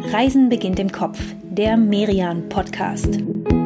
Reisen beginnt im Kopf, der Merian-Podcast.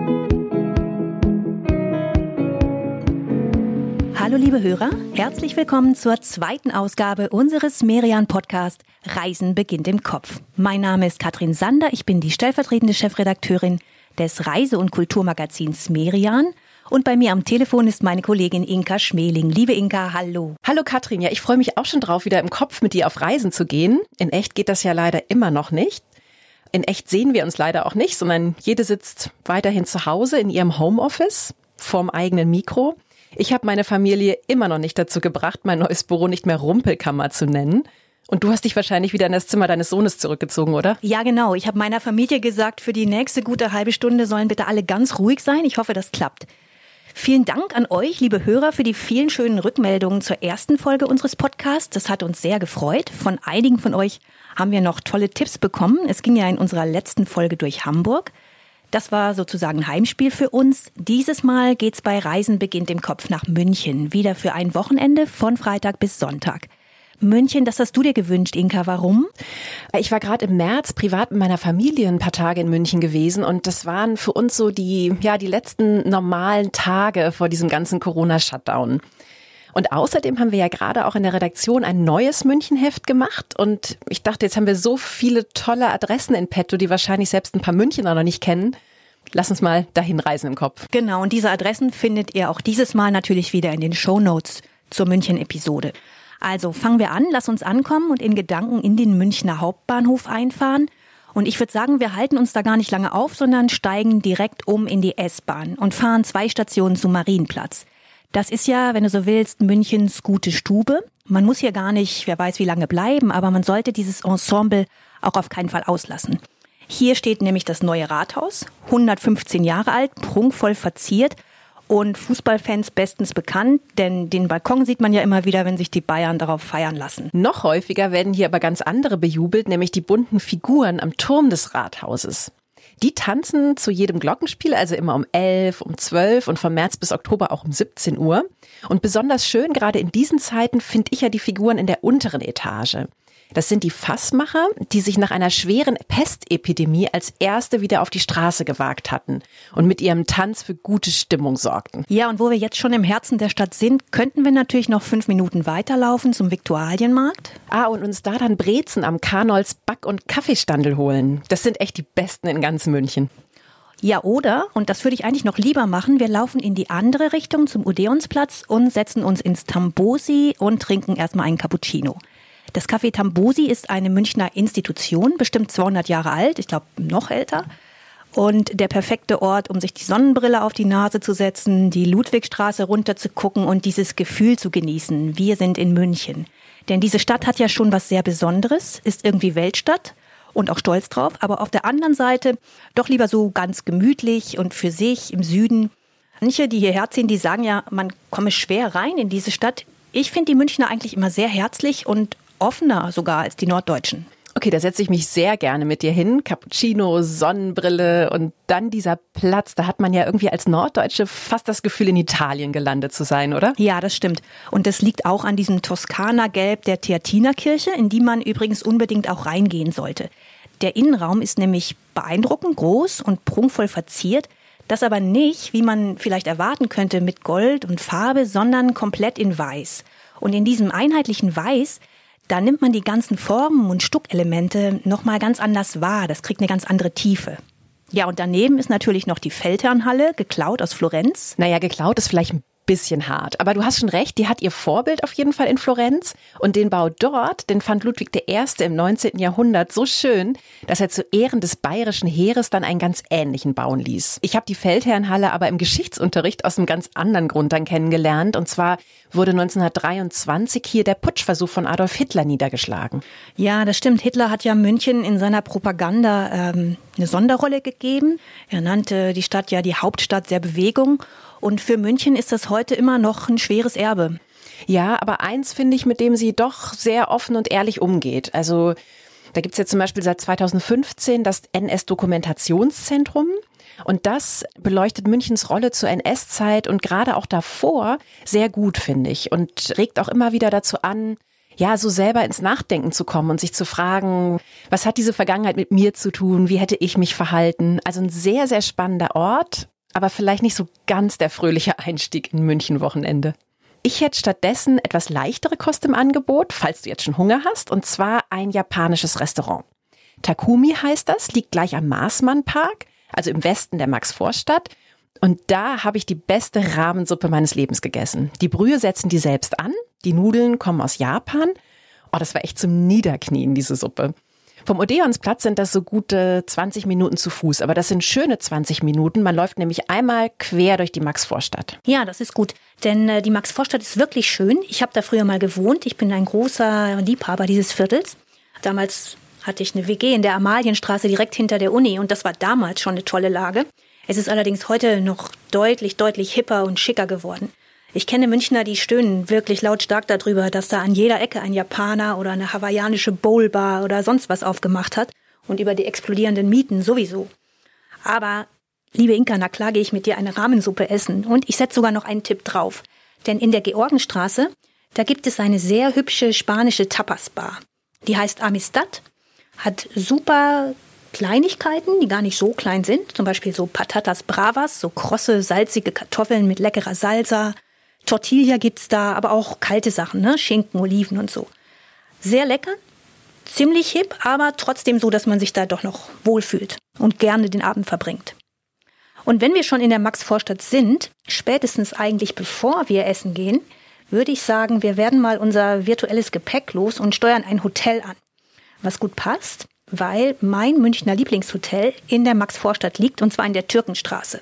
Hallo liebe Hörer, herzlich willkommen zur zweiten Ausgabe unseres Merian-Podcast Reisen beginnt im Kopf. Mein Name ist Katrin Sander, ich bin die stellvertretende Chefredakteurin des Reise- und Kulturmagazins Merian. Und bei mir am Telefon ist meine Kollegin Inka Schmeling. Liebe Inka, hallo. Hallo Katrin, ja, ich freue mich auch schon drauf, wieder im Kopf mit dir auf Reisen zu gehen. In echt geht das ja leider immer noch nicht. In echt sehen wir uns leider auch nicht, sondern jede sitzt weiterhin zu Hause in ihrem Homeoffice vorm eigenen Mikro. Ich habe meine Familie immer noch nicht dazu gebracht, mein neues Büro nicht mehr Rumpelkammer zu nennen. Und du hast dich wahrscheinlich wieder in das Zimmer deines Sohnes zurückgezogen, oder? Ja, genau. Ich habe meiner Familie gesagt, für die nächste gute halbe Stunde sollen bitte alle ganz ruhig sein. Ich hoffe, das klappt. Vielen Dank an euch, liebe Hörer, für die vielen schönen Rückmeldungen zur ersten Folge unseres Podcasts. Das hat uns sehr gefreut. Von einigen von euch haben wir noch tolle Tipps bekommen. Es ging ja in unserer letzten Folge durch Hamburg. Das war sozusagen ein Heimspiel für uns. Dieses Mal geht's bei Reisen beginnt im Kopf nach München. Wieder für ein Wochenende von Freitag bis Sonntag. München, das hast du dir gewünscht, Inka. Warum? Ich war gerade im März privat mit meiner Familie ein paar Tage in München gewesen und das waren für uns so die letzten normalen Tage vor diesem ganzen Corona-Shutdown. Und außerdem haben wir ja gerade auch in der Redaktion ein neues München-Heft gemacht und ich dachte, jetzt haben wir so viele tolle Adressen in petto, die wahrscheinlich selbst ein paar Münchner noch nicht kennen. Lass uns mal dahin reisen im Kopf. Genau, und diese Adressen findet ihr auch dieses Mal natürlich wieder in den Shownotes zur München-Episode. Also fangen wir an, lass uns ankommen und in Gedanken in den Münchner Hauptbahnhof einfahren. Und ich würde sagen, wir halten uns da gar nicht lange auf, sondern steigen direkt um in die S-Bahn und fahren 2 Stationen zum Marienplatz. Das ist ja, wenn du so willst, Münchens gute Stube. Man muss hier gar nicht, wer weiß wie lange bleiben, aber man sollte dieses Ensemble auch auf keinen Fall auslassen. Hier steht nämlich das neue Rathaus, 115 Jahre alt, prunkvoll verziert. Und Fußballfans bestens bekannt, denn den Balkon sieht man ja immer wieder, wenn sich die Bayern darauf feiern lassen. Noch häufiger werden hier aber ganz andere bejubelt, nämlich die bunten Figuren am Turm des Rathauses. Die tanzen zu jedem Glockenspiel, also immer um 11, um 12 und von März bis Oktober auch um 17 Uhr. Und besonders schön, gerade in diesen Zeiten, finde ich ja die Figuren in der unteren Etage. Das sind die Fassmacher, die sich nach einer schweren Pestepidemie als erste wieder auf die Straße gewagt hatten und mit ihrem Tanz für gute Stimmung sorgten. Ja, und wo wir jetzt schon im Herzen der Stadt sind, könnten wir natürlich noch 5 Minuten weiterlaufen zum Viktualienmarkt. Und uns da dann Brezen am Karnolds Back- und Kaffeestandel holen. Das sind echt die besten in ganz München. Ja, oder, und das würde ich eigentlich noch lieber machen, wir laufen in die andere Richtung zum Odeonsplatz und setzen uns ins Tambosi und trinken erstmal einen Cappuccino. Das Café Tambosi ist eine Münchner Institution, bestimmt 200 Jahre alt, ich glaube noch älter. Und der perfekte Ort, um sich die Sonnenbrille auf die Nase zu setzen, die Ludwigstraße runter zu gucken und dieses Gefühl zu genießen. Wir sind in München. Denn diese Stadt hat ja schon was sehr Besonderes, ist irgendwie Weltstadt und auch stolz drauf. Aber auf der anderen Seite doch lieber so ganz gemütlich und für sich im Süden. Manche, die hierher ziehen, die sagen ja, man komme schwer rein in diese Stadt. Ich finde die Münchner eigentlich immer sehr herzlich und offener sogar als die Norddeutschen. Okay, da setze ich mich sehr gerne mit dir hin. Cappuccino, Sonnenbrille und dann dieser Platz. Da hat man ja irgendwie als Norddeutsche fast das Gefühl, in Italien gelandet zu sein, oder? Ja, das stimmt. Und das liegt auch an diesem Toskana-Gelb der Theatinerkirche, in die man übrigens unbedingt auch reingehen sollte. Der Innenraum ist nämlich beeindruckend groß und prunkvoll verziert. Das aber nicht, wie man vielleicht erwarten könnte, mit Gold und Farbe, sondern komplett in Weiß. Und in diesem einheitlichen Weiß, da nimmt man die ganzen Formen und Stuckelemente nochmal ganz anders wahr. Das kriegt eine ganz andere Tiefe. Ja, und daneben ist natürlich noch die Feldherrnhalle, geklaut aus Florenz. Naja, geklaut ist vielleicht ein bisschen hart. Aber du hast schon recht, die hat ihr Vorbild auf jeden Fall in Florenz. Und den Bau dort, den fand Ludwig I. im 19. Jahrhundert so schön, dass er zu Ehren des bayerischen Heeres dann einen ganz ähnlichen bauen ließ. Ich habe die Feldherrnhalle aber im Geschichtsunterricht aus einem ganz anderen Grund dann kennengelernt. Und zwar wurde 1923 hier der Putschversuch von Adolf Hitler niedergeschlagen. Ja, das stimmt. Hitler hat ja München in seiner Propaganda eine Sonderrolle gegeben. Er nannte die Stadt ja die Hauptstadt der Bewegung. Und für München ist das heute immer noch ein schweres Erbe. Ja, aber eins finde ich, mit dem sie doch sehr offen und ehrlich umgeht. Also da gibt's jetzt zum Beispiel seit 2015 das NS-Dokumentationszentrum. Und das beleuchtet Münchens Rolle zur NS-Zeit und gerade auch davor sehr gut, finde ich. Und regt auch immer wieder dazu an, ja, so selber ins Nachdenken zu kommen und sich zu fragen, was hat diese Vergangenheit mit mir zu tun? Wie hätte ich mich verhalten? Also ein sehr, sehr spannender Ort, aber vielleicht nicht so ganz der fröhliche Einstieg in München-Wochenende. Ich hätte stattdessen etwas leichtere Kost im Angebot, falls du jetzt schon Hunger hast, und zwar ein japanisches Restaurant. Takumi heißt das, liegt gleich am Maßmann-Park, also im Westen der Maxvorstadt. Und da habe ich die beste Ramensuppe meines Lebens gegessen. Die Brühe setzen die selbst an, die Nudeln kommen aus Japan. Oh, das war echt zum Niederknien, diese Suppe. Vom Odeonsplatz sind das so gute 20 Minuten zu Fuß, aber das sind schöne 20 Minuten. Man läuft nämlich einmal quer durch die Maxvorstadt. Ja, das ist gut, denn die Maxvorstadt ist wirklich schön. Ich habe da früher mal gewohnt. Ich bin ein großer Liebhaber dieses Viertels. Damals hatte ich eine WG in der Amalienstraße direkt hinter der Uni und das war damals schon eine tolle Lage. Es ist allerdings heute noch deutlich hipper und schicker geworden. Ich kenne Münchner, die stöhnen wirklich lautstark darüber, dass da an jeder Ecke ein Japaner oder eine hawaiianische Bowlbar oder sonst was aufgemacht hat und über die explodierenden Mieten sowieso. Aber, liebe Inka, na klar gehe ich mit dir eine Ramensuppe essen und ich setze sogar noch einen Tipp drauf. Denn in der Georgenstraße, da gibt es eine sehr hübsche spanische Tapas-Bar. Die heißt Amistad, hat super Kleinigkeiten, die gar nicht so klein sind. Zum Beispiel so Patatas Bravas, so krosse, salzige Kartoffeln mit leckerer Salsa. Tortilla gibt's da, aber auch kalte Sachen, ne? Schinken, Oliven und so. Sehr lecker, ziemlich hip, aber trotzdem so, dass man sich da doch noch wohlfühlt und gerne den Abend verbringt. Und wenn wir schon in der Maxvorstadt sind, spätestens eigentlich bevor wir essen gehen, würde ich sagen, wir werden mal unser virtuelles Gepäck los und steuern ein Hotel an. Was gut passt, weil mein Münchner Lieblingshotel in der Maxvorstadt liegt, und zwar in der Türkenstraße.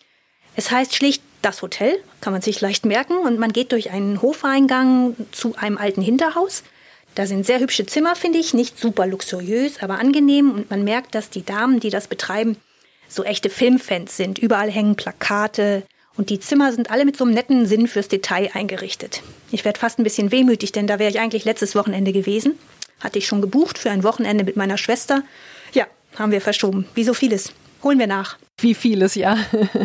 Es heißt schlicht das Hotel, kann man sich leicht merken, und man geht durch einen Hofeingang zu einem alten Hinterhaus. Da sind sehr hübsche Zimmer, finde ich, nicht super luxuriös, aber angenehm, und man merkt, dass die Damen, die das betreiben, so echte Filmfans sind. Überall hängen Plakate und die Zimmer sind alle mit so einem netten Sinn fürs Detail eingerichtet. Ich werde fast ein bisschen wehmütig, denn da wäre ich eigentlich letztes Wochenende gewesen. Hatte ich schon gebucht für ein Wochenende mit meiner Schwester. Ja, haben wir verschoben. Wie so vieles. Holen wir nach. Wie vieles, ja.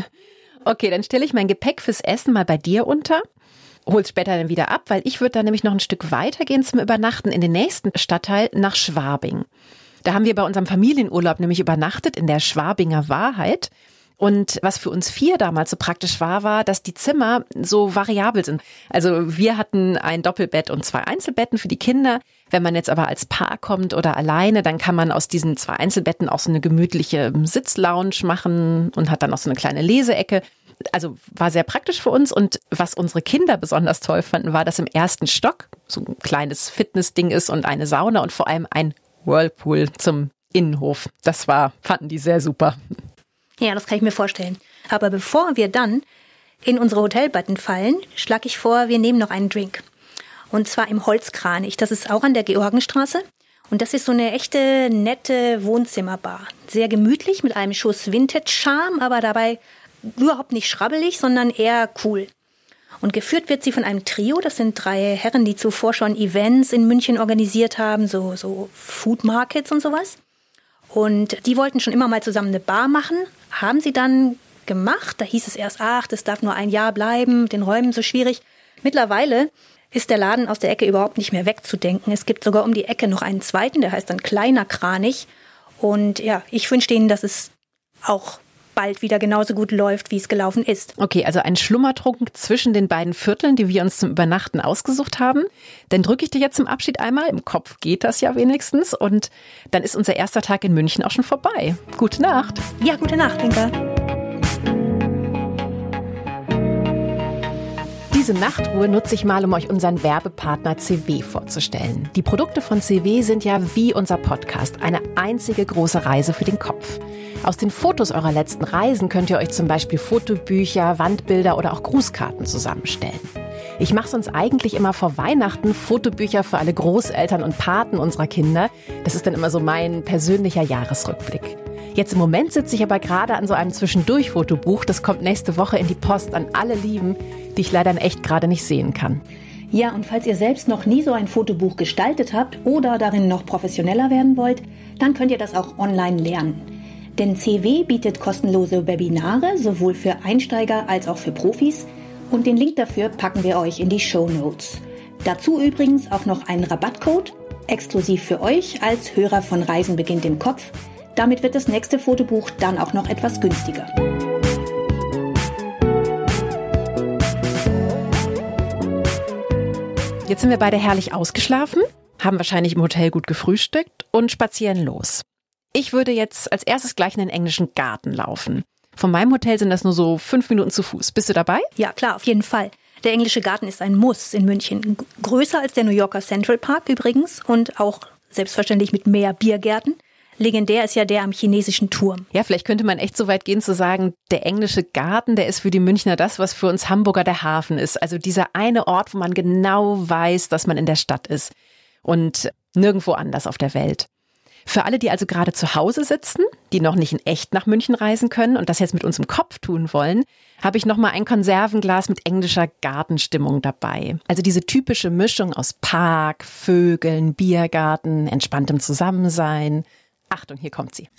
Okay, dann stelle ich mein Gepäck fürs Essen mal bei dir unter. Hol's später dann wieder ab, weil ich würde dann nämlich noch ein Stück weitergehen zum Übernachten in den nächsten Stadtteil nach Schwabing. Da haben wir bei unserem Familienurlaub nämlich übernachtet in der Schwabinger Wahrheit. Und was für uns 4 damals so praktisch war, dass die Zimmer so variabel sind. Also wir hatten ein Doppelbett und 2 Einzelbetten für die Kinder. Wenn man jetzt aber als Paar kommt oder alleine, dann kann man aus diesen 2 Einzelbetten auch so eine gemütliche Sitzlounge machen und hat dann auch so eine kleine Leseecke. Also war sehr praktisch für uns. Und was unsere Kinder besonders toll fanden, war, dass im ersten Stock so ein kleines Fitnessding ist und eine Sauna und vor allem ein Whirlpool zum Innenhof. Fanden die sehr super. Ja, das kann ich mir vorstellen. Aber bevor wir dann in unsere Hotelbetten fallen, schlage ich vor, wir nehmen noch einen Drink. Und zwar im Holzkranich. Das ist auch an der Georgenstraße. Und das ist so eine echte, nette Wohnzimmerbar. Sehr gemütlich, mit einem Schuss Vintage-Charme, aber dabei überhaupt nicht schrabbelig, sondern eher cool. Und geführt wird sie von einem Trio. Das sind 3 Herren, die zuvor schon Events in München organisiert haben, so Food Markets und sowas. Und die wollten schon immer mal zusammen eine Bar machen, haben sie dann gemacht. Da hieß es erst, das darf nur ein Jahr bleiben, den Räumen so schwierig. Mittlerweile ist der Laden aus der Ecke überhaupt nicht mehr wegzudenken. Es gibt sogar um die Ecke noch einen zweiten, der heißt dann Kleiner Kranich. Und ja, ich wünsche denen, dass es auch bald wieder genauso gut läuft, wie es gelaufen ist. Okay, also ein Schlummertrunk zwischen den beiden Vierteln, die wir uns zum Übernachten ausgesucht haben. Dann drücke ich dir jetzt zum Abschied einmal. Im Kopf geht das ja wenigstens. Und dann ist unser erster Tag in München auch schon vorbei. Gute Nacht. Ja, gute Nacht, Inka. Diese Nachtruhe nutze ich mal, um euch unseren Werbepartner CW vorzustellen. Die Produkte von CW sind ja wie unser Podcast, eine einzige große Reise für den Kopf. Aus den Fotos eurer letzten Reisen könnt ihr euch zum Beispiel Fotobücher, Wandbilder oder auch Grußkarten zusammenstellen. Ich mache sonst eigentlich immer vor Weihnachten Fotobücher für alle Großeltern und Paten unserer Kinder. Das ist dann immer so mein persönlicher Jahresrückblick. Jetzt im Moment sitze ich aber gerade an so einem Zwischendurch-Fotobuch. Das kommt nächste Woche in die Post an alle Lieben, die ich leider in echt gerade nicht sehen kann. Ja, und falls ihr selbst noch nie so ein Fotobuch gestaltet habt oder darin noch professioneller werden wollt, dann könnt ihr das auch online lernen. Denn CW bietet kostenlose Webinare, sowohl für Einsteiger als auch für Profis. Und den Link dafür packen wir euch in die Shownotes. Dazu übrigens auch noch ein Rabattcode, exklusiv für euch als Hörer von Reisen beginnt im Kopf. Damit wird das nächste Fotobuch dann auch noch etwas günstiger. Jetzt sind wir beide herrlich ausgeschlafen, haben wahrscheinlich im Hotel gut gefrühstückt und spazieren los. Ich würde jetzt als erstes gleich in den englischen Garten laufen. Von meinem Hotel sind das nur so 5 Minuten zu Fuß. Bist du dabei? Ja, klar, auf jeden Fall. Der englische Garten ist ein Muss in München. Größer als der New Yorker Central Park übrigens und auch selbstverständlich mit mehr Biergärten. Legendär ist ja der am chinesischen Turm. Ja, vielleicht könnte man echt so weit gehen zu sagen, der englische Garten, der ist für die Münchner das, was für uns Hamburger der Hafen ist. Also dieser eine Ort, wo man genau weiß, dass man in der Stadt ist und nirgendwo anders auf der Welt. Für alle, die also gerade zu Hause sitzen, die noch nicht in echt nach München reisen können und das jetzt mit uns im Kopf tun wollen, habe ich nochmal ein Konservenglas mit englischer Gartenstimmung dabei. Also diese typische Mischung aus Park, Vögeln, Biergarten, entspanntem Zusammensein. Achtung, hier kommt sie.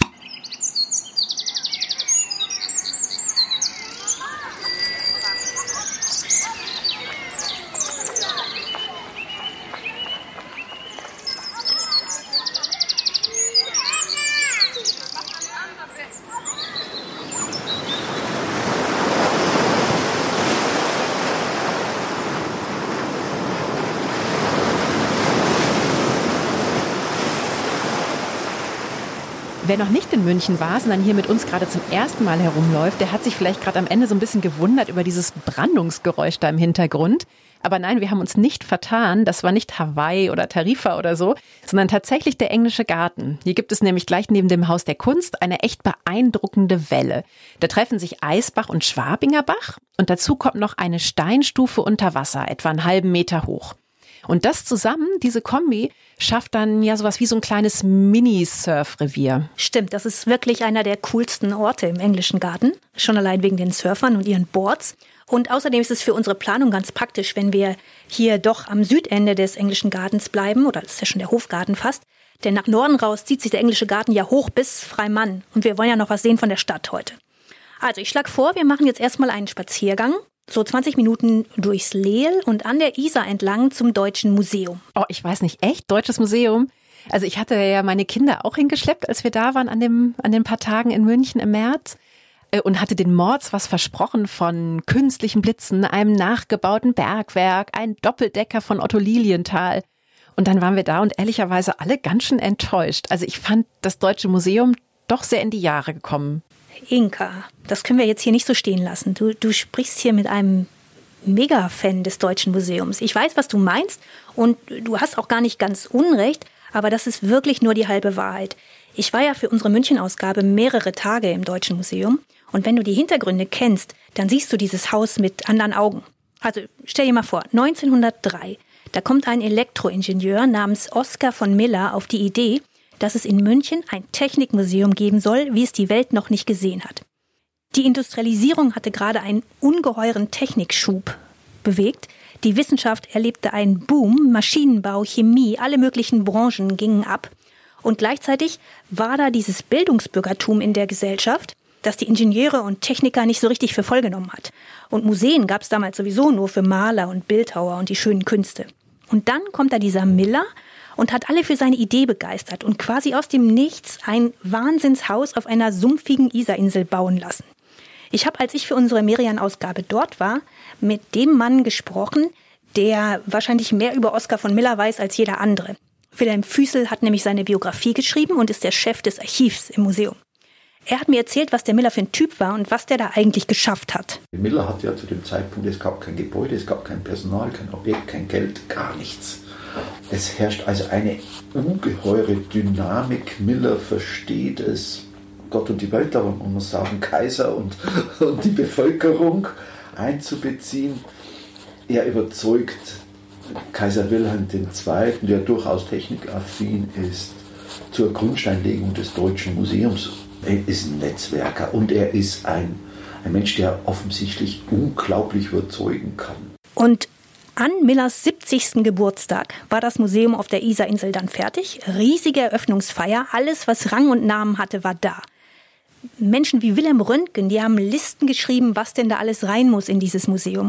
Wer noch nicht in München war, sondern hier mit uns gerade zum ersten Mal herumläuft, der hat sich vielleicht gerade am Ende so ein bisschen gewundert über dieses Brandungsgeräusch da im Hintergrund. Aber nein, wir haben uns nicht vertan. Das war nicht Hawaii oder Tarifa oder so, sondern tatsächlich der englische Garten. Hier gibt es nämlich gleich neben dem Haus der Kunst eine echt beeindruckende Welle. Da treffen sich Eisbach und Schwabingerbach und dazu kommt noch eine Steinstufe unter Wasser, etwa einen halben Meter hoch. Und das zusammen, diese Kombi, schafft dann ja sowas wie so ein kleines Mini-Surf-Revier. Stimmt, das ist wirklich einer der coolsten Orte im englischen Garten. Schon allein wegen den Surfern und ihren Boards. Und außerdem ist es für unsere Planung ganz praktisch, wenn wir hier doch am Südende des englischen Gartens bleiben. Oder das ist ja schon der Hofgarten fast. Denn nach Norden raus zieht sich der englische Garten ja hoch bis Freimann. Und wir wollen ja noch was sehen von der Stadt heute. Also ich schlage vor, wir machen jetzt erstmal einen Spaziergang. So 20 Minuten durchs Leel und an der Isar entlang zum Deutschen Museum. Oh, ich weiß nicht, echt? Deutsches Museum? Also ich hatte ja meine Kinder auch hingeschleppt, als wir da waren an den paar Tagen in München im März und hatte den Mords was versprochen von künstlichen Blitzen, einem nachgebauten Bergwerk, ein Doppeldecker von Otto Lilienthal. Und dann waren wir da und ehrlicherweise alle ganz schön enttäuscht. Also ich fand das Deutsche Museum doch sehr in die Jahre gekommen. Inka, das können wir jetzt hier nicht so stehen lassen. Du sprichst hier mit einem Mega-Fan des Deutschen Museums. Ich weiß, was du meinst und du hast auch gar nicht ganz Unrecht, aber das ist wirklich nur die halbe Wahrheit. Ich war ja für unsere München-Ausgabe mehrere Tage im Deutschen Museum und wenn du die Hintergründe kennst, dann siehst du dieses Haus mit anderen Augen. Also stell dir mal vor, 1903, da kommt ein Elektroingenieur namens Oskar von Miller auf die Idee, dass es in München ein Technikmuseum geben soll, wie es die Welt noch nicht gesehen hat. Die Industrialisierung hatte gerade einen ungeheuren Technikschub bewegt. Die Wissenschaft erlebte einen Boom, Maschinenbau, Chemie, alle möglichen Branchen gingen ab. Und gleichzeitig war da dieses Bildungsbürgertum in der Gesellschaft, das die Ingenieure und Techniker nicht so richtig für voll genommen hat. Und Museen gab es damals sowieso nur für Maler und Bildhauer und die schönen Künste. Und dann kommt da dieser Miller und hat alle für seine Idee begeistert und quasi aus dem Nichts ein Wahnsinnshaus auf einer sumpfigen Isarinsel bauen lassen. Ich habe, als ich für unsere Merian-Ausgabe dort war, mit dem Mann gesprochen, der wahrscheinlich mehr über Oskar von Miller weiß als jeder andere. Wilhelm Füßel hat nämlich seine Biografie geschrieben und ist der Chef des Archivs im Museum. Er hat mir erzählt, was der Miller für ein Typ war und was der da eigentlich geschafft hat. Miller hatte ja zu dem Zeitpunkt, es gab kein Gebäude, es gab kein Personal, kein Objekt, kein Geld, gar nichts. Es herrscht also eine ungeheure Dynamik. Miller versteht es, Gott und die Welt, aber man muss sagen, Kaiser und die Bevölkerung einzubeziehen. Er überzeugt Kaiser Wilhelm II., der durchaus technikaffin ist, zur Grundsteinlegung des Deutschen Museums. Er ist ein Netzwerker und er ist ein Mensch, der offensichtlich unglaublich überzeugen kann. Und an Millers 70. Geburtstag war das Museum auf der Isarinsel dann fertig. Riesige Eröffnungsfeier, alles, was Rang und Namen hatte, war da. Menschen wie Wilhelm Röntgen, die haben Listen geschrieben, was denn da alles rein muss in dieses Museum.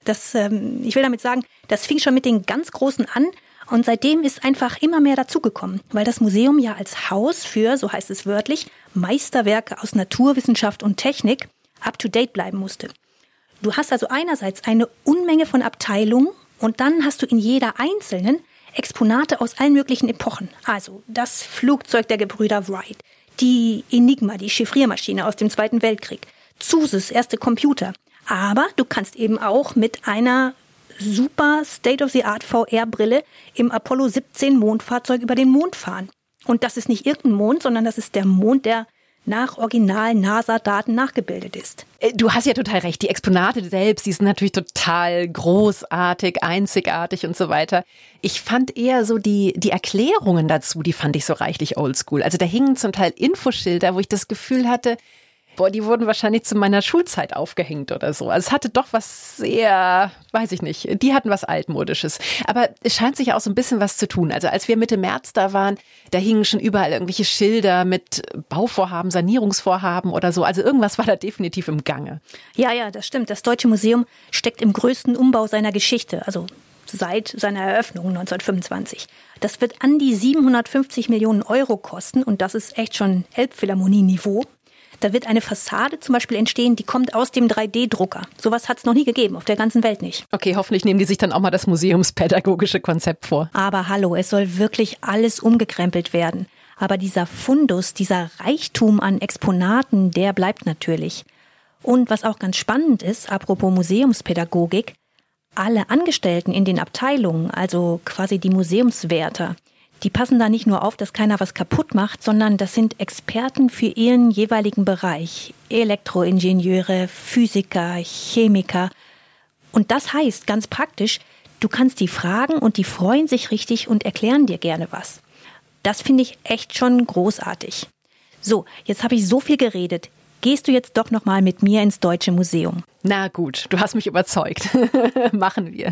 Ich will damit sagen, das fing schon mit den ganz Großen an und seitdem ist einfach immer mehr dazugekommen, weil das Museum ja als Haus für, so heißt es wörtlich, Meisterwerke aus Naturwissenschaft und Technik up-to-date bleiben musste. Du hast also einerseits eine Unmenge von Abteilungen und dann hast du in jeder einzelnen Exponate aus allen möglichen Epochen. Also das Flugzeug der Gebrüder Wright, die Enigma, die Chiffriermaschine aus dem Zweiten Weltkrieg, Zuses erste Computer. Aber du kannst eben auch mit einer super State-of-the-Art VR-Brille im Apollo 17 Mondfahrzeug über den Mond fahren. Und das ist nicht irgendein Mond, sondern das ist der Mond, der nach originalen NASA-Daten nachgebildet ist. Du hast ja total recht. Die Exponate selbst, die sind natürlich total großartig, einzigartig und so weiter. Ich fand eher so die Erklärungen dazu, die fand ich so reichlich oldschool. Also da hingen zum Teil Infoschilder, wo ich das Gefühl hatte, die wurden wahrscheinlich zu meiner Schulzeit aufgehängt oder so. Also es hatte doch was sehr, weiß ich nicht, die hatten was Altmodisches. Aber es scheint sich auch so ein bisschen was zu tun. Also als wir Mitte März da waren, da hingen schon überall irgendwelche Schilder mit Bauvorhaben, Sanierungsvorhaben oder so. Also irgendwas war da definitiv im Gange. Ja, das stimmt. Das Deutsche Museum steckt im größten Umbau seiner Geschichte, also seit seiner Eröffnung 1925. Das wird an die 750 Millionen Euro kosten und das ist echt schon Elbphilharmonie-Niveau. Da wird eine Fassade zum Beispiel entstehen, die kommt aus dem 3D-Drucker. Sowas hat es noch nie gegeben, auf der ganzen Welt nicht. Okay, hoffentlich nehmen die sich dann auch mal das museumspädagogische Konzept vor. Aber hallo, es soll wirklich alles umgekrempelt werden. Aber dieser Fundus, dieser Reichtum an Exponaten, der bleibt natürlich. Und was auch ganz spannend ist, apropos Museumspädagogik, alle Angestellten in den Abteilungen, also quasi die Museumswärter, die passen da nicht nur auf, dass keiner was kaputt macht, sondern das sind Experten für ihren jeweiligen Bereich. Elektroingenieure, Physiker, Chemiker. Und das heißt ganz praktisch, du kannst die fragen und die freuen sich richtig und erklären dir gerne was. Das finde ich echt schon großartig. So, jetzt habe ich so viel geredet. Gehst du jetzt doch noch mal mit mir ins Deutsche Museum? Na gut, du hast mich überzeugt. Machen wir.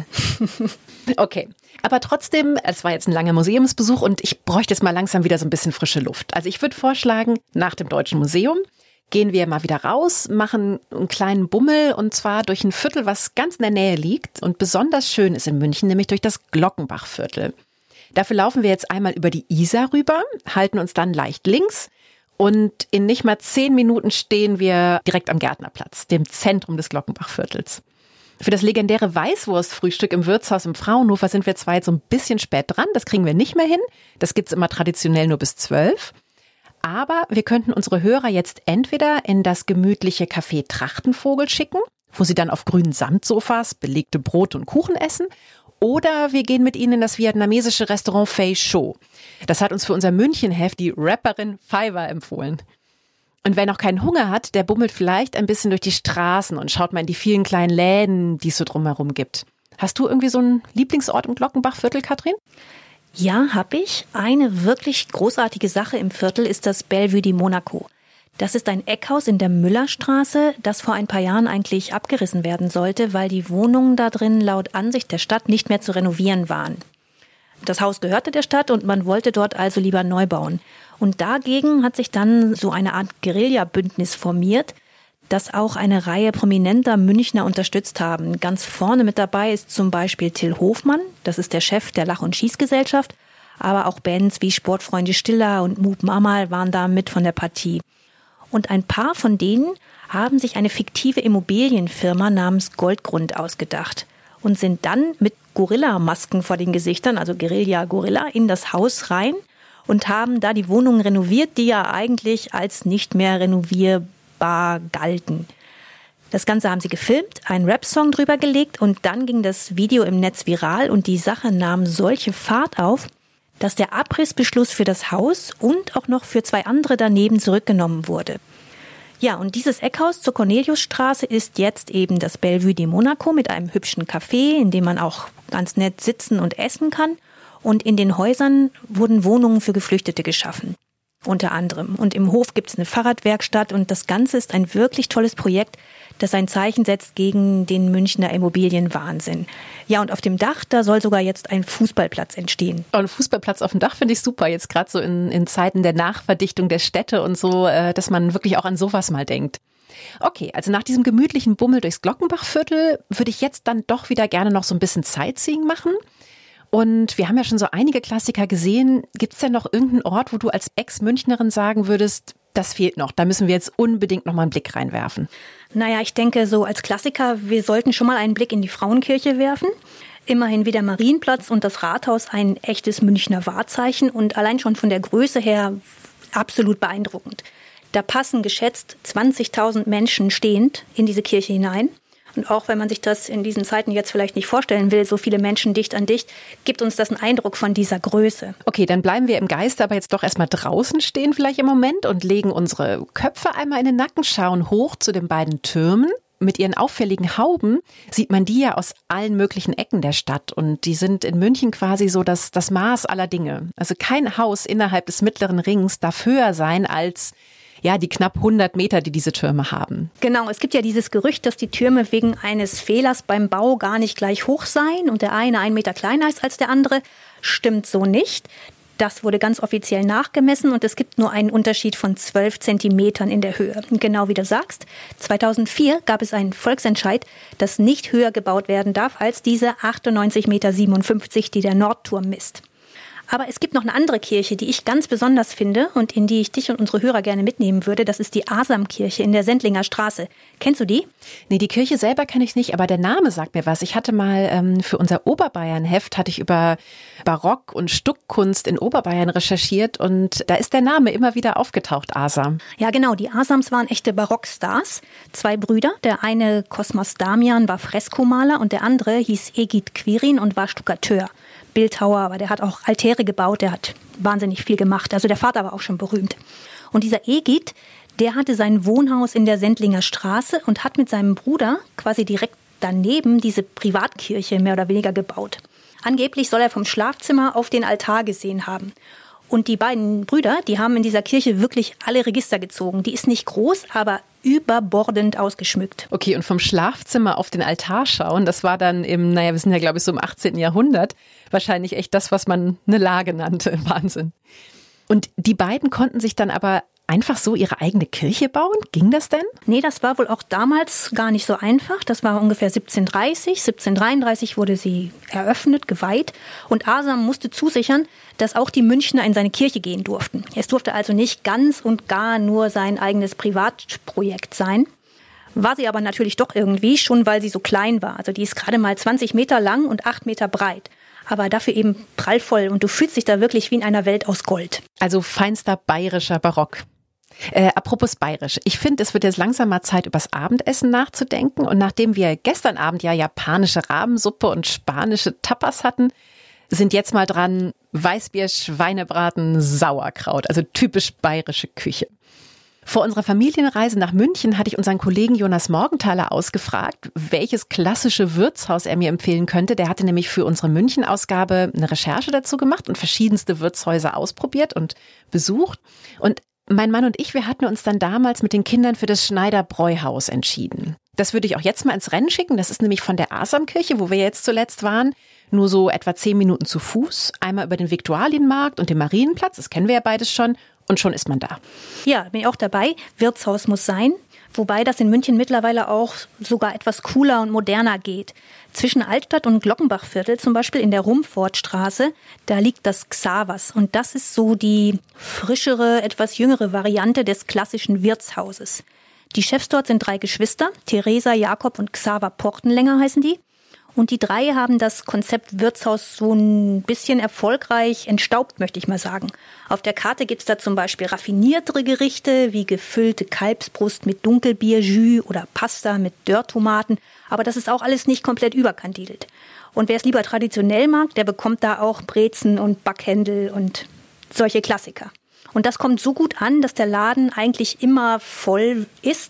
Okay, aber trotzdem, es war jetzt ein langer Museumsbesuch und ich bräuchte jetzt mal langsam wieder so ein bisschen frische Luft. Also ich würde vorschlagen, nach dem Deutschen Museum gehen wir mal wieder raus, machen einen kleinen Bummel und zwar durch ein Viertel, was ganz in der Nähe liegt und besonders schön ist in München, nämlich durch das Glockenbachviertel. Dafür laufen wir jetzt einmal über die Isar rüber, halten uns dann leicht links. Und in nicht mal 10 Minuten stehen wir direkt am Gärtnerplatz, dem Zentrum des Glockenbachviertels. Für das legendäre Weißwurstfrühstück im Wirtshaus im Fraunhofer sind wir zwar jetzt so ein bisschen spät dran, das kriegen wir nicht mehr hin. Das gibt's immer traditionell nur bis 12. Aber wir könnten unsere Hörer jetzt entweder in das gemütliche Café Trachtenvogel schicken, wo sie dann auf grünen Samtsofas belegte Brot und Kuchen essen. Oder wir gehen mit ihnen in das vietnamesische Restaurant Fei Cho. Das hat uns für unser München-Heft die Rapperin Fiverr empfohlen. Und wer noch keinen Hunger hat, der bummelt vielleicht ein bisschen durch die Straßen und schaut mal in die vielen kleinen Läden, die es so drumherum gibt. Hast du irgendwie so einen Lieblingsort im Glockenbachviertel, Katrin? Ja, hab ich. Eine wirklich großartige Sache im Viertel ist das Bellevue di Monaco. Das ist ein Eckhaus in der Müllerstraße, das vor ein paar Jahren eigentlich abgerissen werden sollte, weil die Wohnungen da drin laut Ansicht der Stadt nicht mehr zu renovieren waren. Das Haus gehörte der Stadt und man wollte dort also lieber neu bauen. Und dagegen hat sich dann so eine Art Guerilla-Bündnis formiert, das auch eine Reihe prominenter Münchner unterstützt haben. Ganz vorne mit dabei ist zum Beispiel Till Hofmann, das ist der Chef der Lach- und Schießgesellschaft, aber auch Bands wie Sportfreunde Stiller und Mut Mamal waren da mit von der Partie. Und ein paar von denen haben sich eine fiktive Immobilienfirma namens Goldgrund ausgedacht und sind dann mit Gorilla-Masken vor den Gesichtern, also Guerilla-Gorilla, in das Haus rein und haben da die Wohnungen renoviert, die ja eigentlich als nicht mehr renovierbar galten. Das Ganze haben sie gefilmt, einen Rap-Song drüber gelegt und dann ging das Video im Netz viral und die Sache nahm solche Fahrt auf, dass der Abrissbeschluss für das Haus und auch noch für 2 andere daneben zurückgenommen wurde. Ja, und dieses Eckhaus zur Corneliusstraße ist jetzt eben das Bellevue di Monaco mit einem hübschen Café, in dem man auch ganz nett sitzen und essen kann. Und in den Häusern wurden Wohnungen für Geflüchtete geschaffen, unter anderem. Und im Hof gibt's eine Fahrradwerkstatt und das Ganze ist ein wirklich tolles Projekt, das ein Zeichen setzt gegen den Münchner Immobilienwahnsinn. Ja, und auf dem Dach, da soll sogar jetzt ein Fußballplatz entstehen. Oh, ein Fußballplatz auf dem Dach finde ich super, jetzt gerade so in Zeiten der Nachverdichtung der Städte und so, dass man wirklich auch an sowas mal denkt. Okay, also nach diesem gemütlichen Bummel durchs Glockenbachviertel würde ich jetzt dann doch wieder gerne noch so ein bisschen Sightseeing machen. Und wir haben ja schon so einige Klassiker gesehen. Gibt es denn noch irgendeinen Ort, wo du als Ex-Münchnerin sagen würdest, das fehlt noch, da müssen wir jetzt unbedingt noch mal einen Blick reinwerfen? Naja, ich denke so als Klassiker, wir sollten schon mal einen Blick in die Frauenkirche werfen. Immerhin wie der Marienplatz und das Rathaus ein echtes Münchner Wahrzeichen und allein schon von der Größe her absolut beeindruckend. Da passen geschätzt 20.000 Menschen stehend in diese Kirche hinein. Und auch wenn man sich das in diesen Zeiten jetzt vielleicht nicht vorstellen will, so viele Menschen dicht an dicht, gibt uns das einen Eindruck von dieser Größe. Okay, dann bleiben wir im Geiste aber jetzt doch erstmal draußen stehen vielleicht im Moment und legen unsere Köpfe einmal in den Nacken, schauen hoch zu den beiden Türmen. Mit ihren auffälligen Hauben sieht man die ja aus allen möglichen Ecken der Stadt und die sind in München quasi so das Maß aller Dinge. Also kein Haus innerhalb des mittleren Rings darf höher sein als die knapp 100 Meter, die diese Türme haben. Genau, es gibt ja dieses Gerücht, dass die Türme wegen eines Fehlers beim Bau gar nicht gleich hoch seien und der eine 1 Meter kleiner ist als der andere. Stimmt so nicht. Das wurde ganz offiziell nachgemessen und es gibt nur einen Unterschied von 12 Zentimetern in der Höhe. Genau wie du sagst, 2004 gab es einen Volksentscheid, dass nicht höher gebaut werden darf als diese 98,57 Meter, die der Nordturm misst. Aber es gibt noch eine andere Kirche, die ich ganz besonders finde und in die ich dich und unsere Hörer gerne mitnehmen würde. Das ist die Asamkirche in der Sendlinger Straße. Kennst du die? Nee, die Kirche selber kenne ich nicht, aber der Name sagt mir was. Ich hatte mal für unser Oberbayern-Heft hatte ich über Barock- und Stuckkunst in Oberbayern recherchiert und da ist der Name immer wieder aufgetaucht, Asam. Ja, genau. Die Asams waren echte Barockstars. 2 Brüder. Der eine, Kosmas Damian, war Freskomaler und der andere hieß Egid Quirin und war Stuckateur. Bildhauer, aber der hat auch Altäre gebaut, der hat wahnsinnig viel gemacht. Also der Vater war auch schon berühmt. Und dieser Egid, der hatte sein Wohnhaus in der Sendlinger Straße und hat mit seinem Bruder quasi direkt daneben diese Privatkirche mehr oder weniger gebaut. Angeblich soll er vom Schlafzimmer auf den Altar gesehen haben. Und die beiden Brüder, die haben in dieser Kirche wirklich alle Register gezogen. Die ist nicht groß, aber überbordend ausgeschmückt. Okay, und vom Schlafzimmer auf den Altar schauen, das war dann wir sind ja glaube ich so im 18. Jahrhundert, wahrscheinlich echt das, was man eine Lage nannte. Wahnsinn. Und die beiden konnten sich dann aber einfach so ihre eigene Kirche bauen? Ging das denn? Nee, das war wohl auch damals gar nicht so einfach. Das war ungefähr 1730. 1733 wurde sie eröffnet, geweiht. Und Asam musste zusichern, dass auch die Münchner in seine Kirche gehen durften. Es durfte also nicht ganz und gar nur sein eigenes Privatprojekt sein. War sie aber natürlich doch irgendwie, schon weil sie so klein war. Also die ist gerade mal 20 Meter lang und 8 Meter breit. Aber dafür eben prallvoll und du fühlst dich da wirklich wie in einer Welt aus Gold. Also feinster bayerischer Barock. Apropos bayerisch. Ich finde, es wird jetzt langsam mal Zeit, übers Abendessen nachzudenken. Und nachdem wir gestern Abend ja japanische Rabensuppe und spanische Tapas hatten, sind jetzt mal dran Weißbier, Schweinebraten, Sauerkraut. Also typisch bayerische Küche. Vor unserer Familienreise nach München hatte ich unseren Kollegen Jonas Morgenthaler ausgefragt, welches klassische Wirtshaus er mir empfehlen könnte. Der hatte nämlich für unsere München-Ausgabe eine Recherche dazu gemacht und verschiedenste Wirtshäuser ausprobiert und besucht. Und mein Mann und ich, wir hatten uns dann damals mit den Kindern für das Schneider Bräuhaus entschieden. Das würde ich auch jetzt mal ins Rennen schicken. Das ist nämlich von der Asamkirche, wo wir jetzt zuletzt waren, nur so etwa 10 Minuten zu Fuß. Einmal über den Viktualienmarkt und den Marienplatz, das kennen wir ja beides schon. Und schon ist man da. Ja, bin ich auch dabei. Wirtshaus muss sein. Wobei das in München mittlerweile auch sogar etwas cooler und moderner geht. Zwischen Altstadt und Glockenbachviertel, zum Beispiel in der Rumfortstraße, da liegt das Xavers. Und das ist so die frischere, etwas jüngere Variante des klassischen Wirtshauses. Die Chefs dort sind 3 Geschwister, Theresa, Jakob und Xaver Portenlänger heißen die. Und die 3 haben das Konzept Wirtshaus so ein bisschen erfolgreich entstaubt, möchte ich mal sagen. Auf der Karte gibt's da zum Beispiel raffiniertere Gerichte wie gefüllte Kalbsbrust mit Dunkelbierjus oder Pasta mit Dörrtomaten. Aber das ist auch alles nicht komplett überkandidelt. Und wer es lieber traditionell mag, der bekommt da auch Brezen und Backhändel und solche Klassiker. Und das kommt so gut an, dass der Laden eigentlich immer voll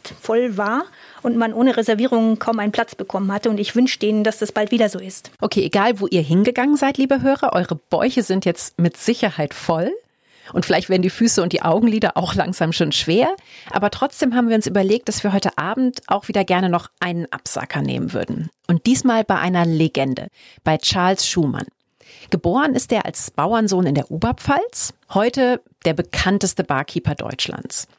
war und man ohne Reservierung kaum einen Platz bekommen hatte. Und ich wünsche denen, dass das bald wieder so ist. Okay, egal wo ihr hingegangen seid, liebe Hörer, eure Bäuche sind jetzt mit Sicherheit voll. Und vielleicht werden die Füße und die Augenlider auch langsam schon schwer. Aber trotzdem haben wir uns überlegt, dass wir heute Abend auch wieder gerne noch einen Absacker nehmen würden. Und diesmal bei einer Legende, bei Charles Schumann. Geboren ist er als Bauernsohn in der Oberpfalz, heute der bekannteste Barkeeper Deutschlands.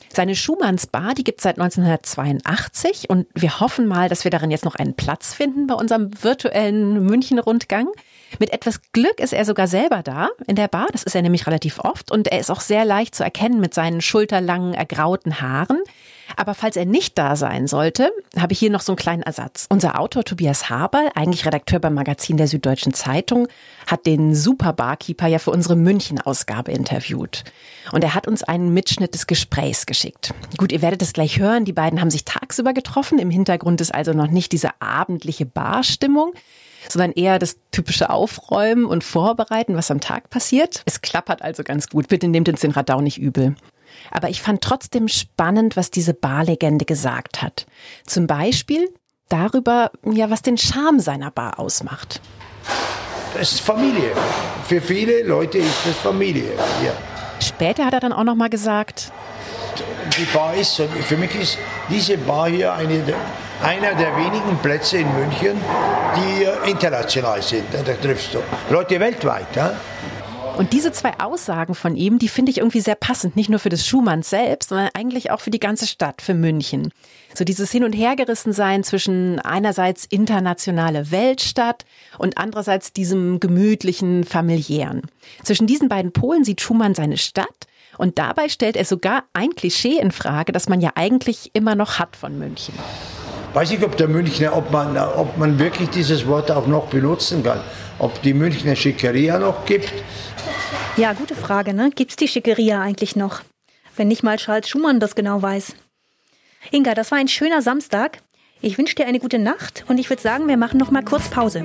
Seine Schumanns-Bar, die gibt es seit 1982 und wir hoffen mal, dass wir darin jetzt noch einen Platz finden bei unserem virtuellen München-Rundgang. Mit etwas Glück ist er sogar selber da in der Bar, das ist er nämlich relativ oft und er ist auch sehr leicht zu erkennen mit seinen schulterlangen, ergrauten Haaren. Aber falls er nicht da sein sollte, habe ich hier noch so einen kleinen Ersatz. Unser Autor Tobias Haberl, eigentlich Redakteur beim Magazin der Süddeutschen Zeitung, hat den Super-Barkeeper ja für unsere München-Ausgabe interviewt. Und er hat uns einen Mitschnitt des Gesprächs geschickt. Gut, ihr werdet es gleich hören, die beiden haben sich tagsüber getroffen. Im Hintergrund ist also noch nicht diese abendliche Barstimmung, sondern eher das typische Aufräumen und Vorbereiten, was am Tag passiert. Es klappert also ganz gut. Bitte nehmt uns den Radau nicht übel. Aber ich fand trotzdem spannend, was diese Barlegende gesagt hat. Zum Beispiel darüber, ja, was den Charme seiner Bar ausmacht. Das ist Familie. Für viele Leute ist das Familie. Ja. Später hat er dann auch noch mal gesagt, die Bar ist so, für mich ist diese Bar hier einer der wenigen Plätze in München, die international sind. Da triffst du Leute weltweit. Ja? Und diese zwei Aussagen von ihm, die finde ich irgendwie sehr passend, nicht nur für das Schumanns selbst, sondern eigentlich auch für die ganze Stadt, für München. So dieses Hin- und Hergerissensein zwischen einerseits internationale Weltstadt und andererseits diesem gemütlichen, familiären. Zwischen diesen beiden Polen sieht Schumann seine Stadt und dabei stellt er sogar ein Klischee in Frage, das man ja eigentlich immer noch hat von München. Weiß ich, ob der Münchner, ob man wirklich dieses Wort auch noch benutzen kann. Ob die Münchner Schickeria noch gibt. Ja, gute Frage, ne? Gibt's die Schickeria eigentlich noch? Wenn nicht mal Charles Schumann das genau weiß. Inga, das war ein schöner Samstag. Ich wünsche dir eine gute Nacht und ich würde sagen, wir machen noch mal kurz Pause.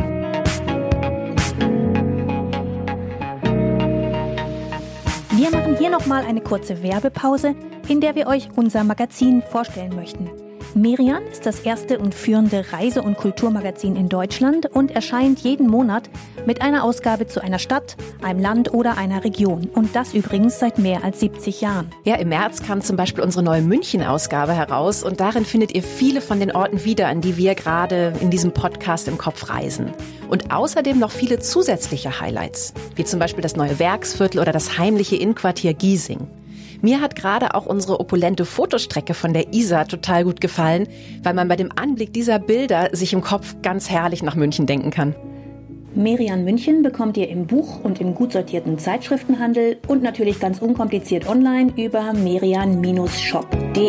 Wir machen hier noch mal eine kurze Werbepause, in der wir euch unser Magazin vorstellen möchten. Merian ist das erste und führende Reise- und Kulturmagazin in Deutschland und erscheint jeden Monat mit einer Ausgabe zu einer Stadt, einem Land oder einer Region. Und das übrigens seit mehr als 70 Jahren. Ja, im März kam zum Beispiel unsere neue München-Ausgabe heraus und darin findet ihr viele von den Orten wieder, an die wir gerade in diesem Podcast im Kopf reisen. Und außerdem noch viele zusätzliche Highlights, wie zum Beispiel das neue Werksviertel oder das heimliche Innenquartier Giesing. Mir hat gerade auch unsere opulente Fotostrecke von der Isar total gut gefallen, weil man bei dem Anblick dieser Bilder sich im Kopf ganz herrlich nach München denken kann. Merian München bekommt ihr im Buch- und im gut sortierten Zeitschriftenhandel und natürlich ganz unkompliziert online über merian-shop.de.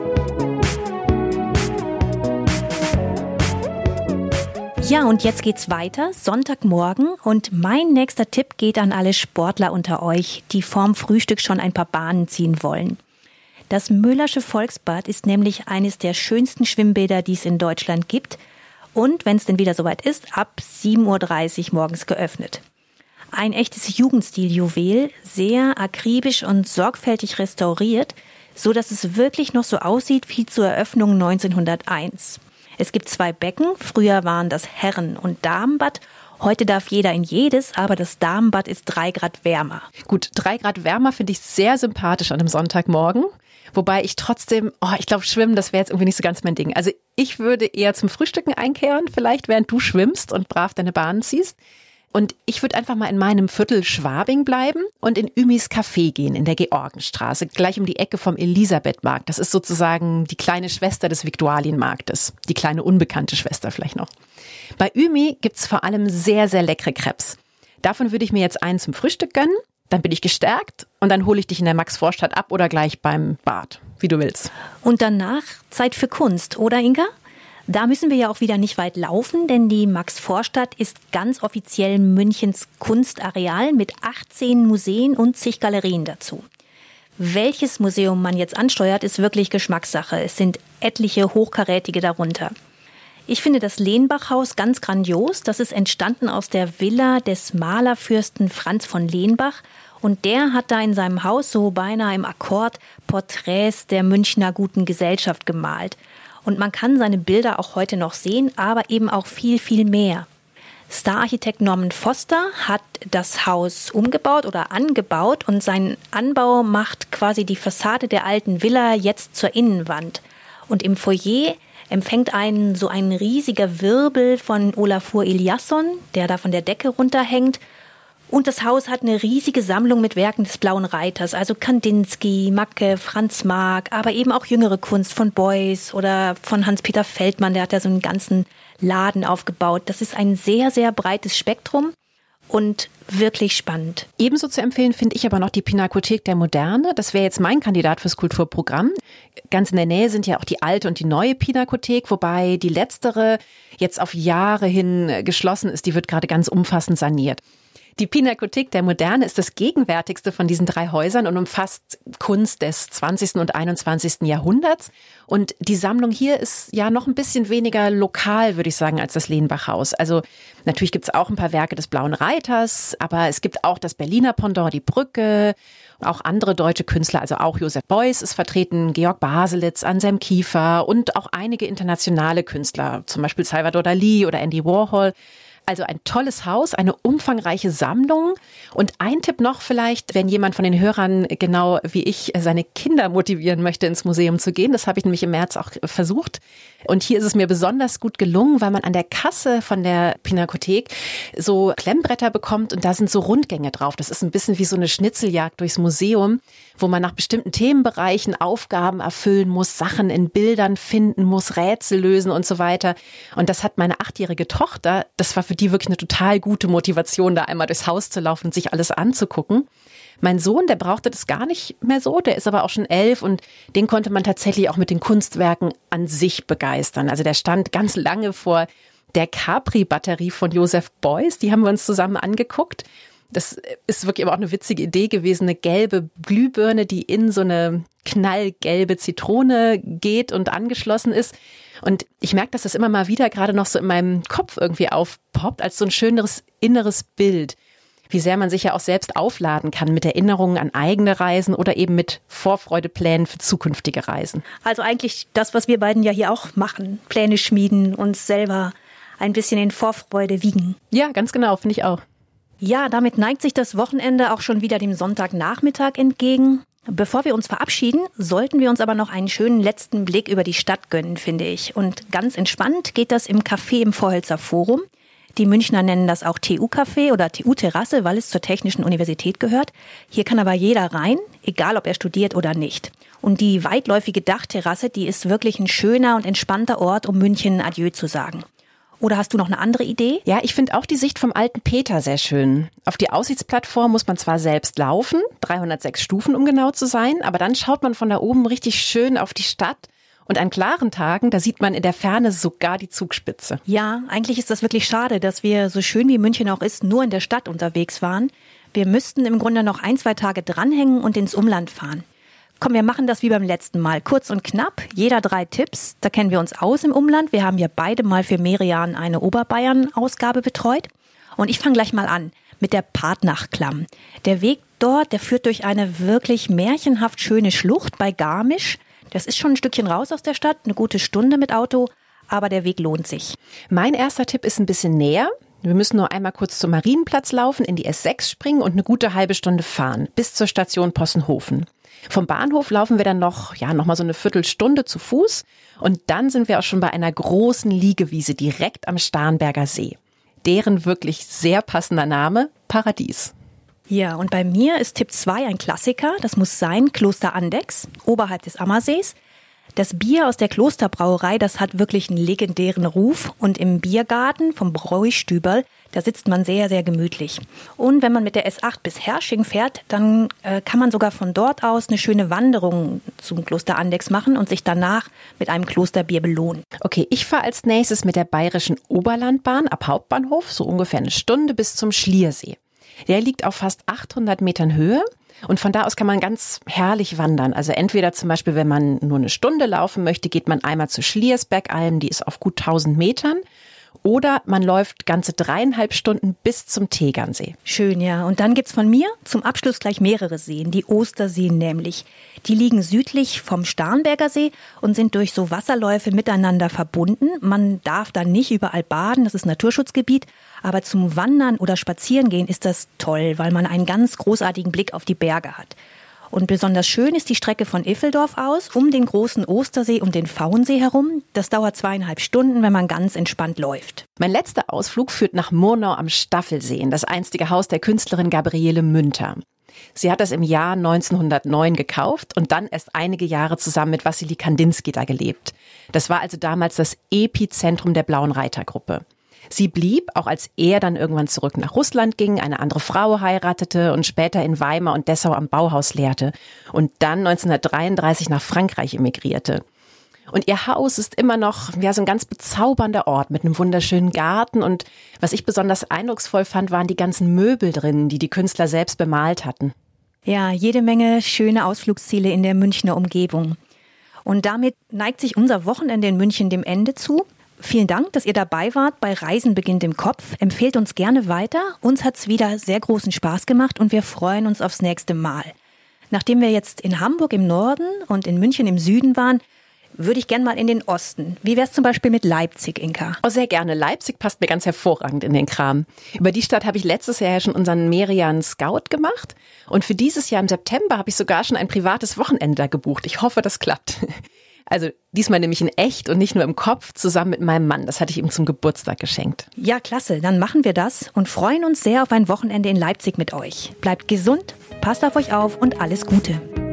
Ja, und jetzt geht's weiter, Sonntagmorgen, und mein nächster Tipp geht an alle Sportler unter euch, die vorm Frühstück schon ein paar Bahnen ziehen wollen. Das Müllersche Volksbad ist nämlich eines der schönsten Schwimmbäder, die es in Deutschland gibt und, wenn es denn wieder soweit ist, ab 7.30 Uhr morgens geöffnet. Ein echtes Jugendstil-Juwel, sehr akribisch und sorgfältig restauriert, so dass es wirklich noch so aussieht wie zur Eröffnung 1901. Es gibt 2 Becken, früher waren das Herren- und Damenbad. Heute darf jeder in jedes, aber das Damenbad ist 3 Grad wärmer. Gut, 3 Grad wärmer finde ich sehr sympathisch an einem Sonntagmorgen. Wobei ich trotzdem, ich glaube, Schwimmen, das wäre jetzt irgendwie nicht so ganz mein Ding. Also ich würde eher zum Frühstücken einkehren, vielleicht während du schwimmst und brav deine Bahnen ziehst. Und ich würde einfach mal in meinem Viertel Schwabing bleiben und in Ümis Café gehen, in der Georgenstraße, gleich um die Ecke vom Elisabethmarkt. Das ist sozusagen die kleine Schwester des Viktualienmarktes. Die kleine unbekannte Schwester vielleicht noch. Bei Ümi gibt's vor allem sehr, sehr leckere Crepes. Davon würde ich mir jetzt einen zum Frühstück gönnen. Dann bin ich gestärkt und dann hole ich dich in der Max-Vorstadt ab oder gleich beim Bad, wie du willst. Und danach Zeit für Kunst, oder Inga? Da müssen wir ja auch wieder nicht weit laufen, denn die Max-Vorstadt ist ganz offiziell Münchens Kunstareal mit 18 Museen und zig Galerien dazu. Welches Museum man jetzt ansteuert, ist wirklich Geschmackssache. Es sind etliche hochkarätige darunter. Ich finde das Lenbach-Haus ganz grandios. Das ist entstanden aus der Villa des Malerfürsten Franz von Lenbach. Und der hat da in seinem Haus so beinahe im Akkord Porträts der Münchner guten Gesellschaft gemalt. Und man kann seine Bilder auch heute noch sehen, aber eben auch viel, viel mehr. Stararchitekt Norman Foster hat das Haus umgebaut oder angebaut und sein Anbau macht quasi die Fassade der alten Villa jetzt zur Innenwand. Und im Foyer empfängt einen so ein riesiger Wirbel von Olafur Eliasson, der da von der Decke runterhängt. Und das Haus hat eine riesige Sammlung mit Werken des Blauen Reiters, also Kandinsky, Macke, Franz Marc, aber eben auch jüngere Kunst von Beuys oder von Hans-Peter Feldmann, der hat ja so einen ganzen Laden aufgebaut. Das ist ein sehr, sehr breites Spektrum und wirklich spannend. Ebenso zu empfehlen finde ich aber noch die Pinakothek der Moderne. Das wäre jetzt mein Kandidat fürs Kulturprogramm. Ganz in der Nähe sind ja auch die alte und die neue Pinakothek, wobei die letztere jetzt auf Jahre hin geschlossen ist. Die wird gerade ganz umfassend saniert. Die Pinakothek der Moderne ist das gegenwärtigste von diesen 3 Häusern und umfasst Kunst des 20. und 21. Jahrhunderts. Und die Sammlung hier ist ja noch ein bisschen weniger lokal, würde ich sagen, als das Lehnbach-Haus. Also natürlich gibt es auch ein paar Werke des Blauen Reiters, aber es gibt auch das Berliner Pendant, die Brücke, auch andere deutsche Künstler, also auch Joseph Beuys ist vertreten, Georg Baselitz, Anselm Kiefer und auch einige internationale Künstler, zum Beispiel Salvador Dalí oder Andy Warhol. Also ein tolles Haus, eine umfangreiche Sammlung. Und ein Tipp noch vielleicht, wenn jemand von den Hörern genau wie ich seine Kinder motivieren möchte, ins Museum zu gehen. Das habe ich nämlich im März auch versucht. Und hier ist es mir besonders gut gelungen, weil man an der Kasse von der Pinakothek so Klemmbretter bekommt und da sind so Rundgänge drauf. Das ist ein bisschen wie so eine Schnitzeljagd durchs Museum, wo man nach bestimmten Themenbereichen Aufgaben erfüllen muss, Sachen in Bildern finden muss, Rätsel lösen und so weiter. Und das hat meine 8-jährige Tochter, das war für die wirklich eine total gute Motivation, da einmal durchs Haus zu laufen und sich alles anzugucken. Mein Sohn, der brauchte das gar nicht mehr so, der ist aber auch schon 11 und den konnte man tatsächlich auch mit den Kunstwerken an sich begeistern. Also der stand ganz lange vor der Capri-Batterie von Joseph Beuys, die haben wir uns zusammen angeguckt. Das ist wirklich aber auch eine witzige Idee gewesen, eine gelbe Glühbirne, die in so eine knallgelbe Zitrone geht und angeschlossen ist. Und ich merke, dass das immer mal wieder gerade noch so in meinem Kopf irgendwie aufpoppt, als so ein schöneres inneres Bild. Wie sehr man sich ja auch selbst aufladen kann mit Erinnerungen an eigene Reisen oder eben mit Vorfreudeplänen für zukünftige Reisen. Also eigentlich das, was wir beiden ja hier auch machen. Pläne schmieden, uns selber ein bisschen in Vorfreude wiegen. Ja, ganz genau, finde ich auch. Ja, damit neigt sich das Wochenende auch schon wieder dem Sonntagnachmittag entgegen. Bevor wir uns verabschieden, sollten wir uns aber noch einen schönen letzten Blick über die Stadt gönnen, finde ich. Und ganz entspannt geht das im Café im Vorhölzer Forum. Die Münchner nennen das auch TU-Café oder TU-Terrasse, weil es zur Technischen Universität gehört. Hier kann aber jeder rein, egal ob er studiert oder nicht. Und die weitläufige Dachterrasse, die ist wirklich ein schöner und entspannter Ort, um München Adieu zu sagen. Oder hast du noch eine andere Idee? Ja, ich finde auch die Sicht vom Alten Peter sehr schön. Auf die Aussichtsplattform muss man zwar selbst laufen, 306 Stufen, um genau zu sein, aber dann schaut man von da oben richtig schön auf die Stadt. Und an klaren Tagen, da sieht man in der Ferne sogar die Zugspitze. Ja, eigentlich ist das wirklich schade, dass wir, so schön wie München auch ist, nur in der Stadt unterwegs waren. Wir müssten im Grunde noch 1-2 Tage dranhängen und ins Umland fahren. Komm, wir machen das wie beim letzten Mal. Kurz und knapp, jeder 3 Tipps. Da kennen wir uns aus im Umland. Wir haben ja beide mal für Merian eine Oberbayern-Ausgabe betreut. Und ich fange gleich mal an mit der Partnachklamm. Der Weg dort, der führt durch eine wirklich märchenhaft schöne Schlucht bei Garmisch. Das ist schon ein Stückchen raus aus der Stadt, eine gute Stunde mit Auto, aber der Weg lohnt sich. Mein erster Tipp ist ein bisschen näher. Wir müssen nur einmal kurz zum Marienplatz laufen, in die S6 springen und eine gute halbe Stunde fahren, bis zur Station Possenhofen. Vom Bahnhof laufen wir dann noch mal so eine Viertelstunde zu Fuß und dann sind wir auch schon bei einer großen Liegewiese direkt am Starnberger See. Deren wirklich sehr passender Name, Paradies. Ja, und bei mir ist Tipp 2 ein Klassiker. Das muss sein Kloster Andechs, oberhalb des Ammersees. Das Bier aus der Klosterbrauerei, das hat wirklich einen legendären Ruf. Und im Biergarten vom Bräustüberl, da sitzt man sehr, sehr gemütlich. Und wenn man mit der S8 bis Hersching fährt, dann kann man sogar von dort aus eine schöne Wanderung zum Kloster Andechs machen und sich danach mit einem Klosterbier belohnen. Okay, ich fahre als nächstes mit der Bayerischen Oberlandbahn ab Hauptbahnhof, so ungefähr eine Stunde bis zum Schliersee. Der liegt auf fast 800 Metern Höhe und von da aus kann man ganz herrlich wandern. Also entweder zum Beispiel, wenn man nur eine Stunde laufen möchte, geht man einmal zur Schliersbergalm, die ist auf gut 1000 Metern. Oder man läuft ganze 3,5 Stunden bis zum Tegernsee. Schön, ja. Und dann gibt's von mir zum Abschluss gleich mehrere Seen, die Osterseen nämlich. Die liegen südlich vom Starnberger See und sind durch so Wasserläufe miteinander verbunden. Man darf da nicht überall baden, das ist Naturschutzgebiet. Aber zum Wandern oder Spazierengehen ist das toll, weil man einen ganz großartigen Blick auf die Berge hat. Und besonders schön ist die Strecke von Iffeldorf aus, um den großen Ostersee und den Pfauensee herum. Das dauert 2,5 Stunden, wenn man ganz entspannt läuft. Mein letzter Ausflug führt nach Murnau am Staffelsee, in das einstige Haus der Künstlerin Gabriele Münter. Sie hat das im Jahr 1909 gekauft und dann erst einige Jahre zusammen mit Wassily Kandinsky da gelebt. Das war also damals das Epizentrum der Blauen Reitergruppe. Sie blieb, auch als er dann irgendwann zurück nach Russland ging, eine andere Frau heiratete und später in Weimar und Dessau am Bauhaus lehrte und dann 1933 nach Frankreich emigrierte. Und ihr Haus ist immer noch so ein ganz bezaubernder Ort mit einem wunderschönen Garten. Und was ich besonders eindrucksvoll fand, waren die ganzen Möbel drin, die die Künstler selbst bemalt hatten. Ja, jede Menge schöne Ausflugsziele in der Münchner Umgebung. Und damit neigt sich unser Wochenende in München dem Ende zu. Vielen Dank, dass ihr dabei wart bei Reisen beginnt im Kopf. Empfehlt uns gerne weiter. Uns hat's wieder sehr großen Spaß gemacht und wir freuen uns aufs nächste Mal. Nachdem wir jetzt in Hamburg im Norden und in München im Süden waren, würde ich gern mal in den Osten. Wie wär's zum Beispiel mit Leipzig, Inka? Oh, sehr gerne. Leipzig passt mir ganz hervorragend in den Kram. Über die Stadt habe ich letztes Jahr ja schon unseren Merian Scout gemacht. Und für dieses Jahr im September habe ich sogar schon ein privates Wochenende da gebucht. Ich hoffe, das klappt. Also diesmal nämlich in echt und nicht nur im Kopf, zusammen mit meinem Mann. Das hatte ich ihm zum Geburtstag geschenkt. Ja, klasse. Dann machen wir das und freuen uns sehr auf ein Wochenende in Leipzig mit euch. Bleibt gesund, passt auf euch auf und alles Gute.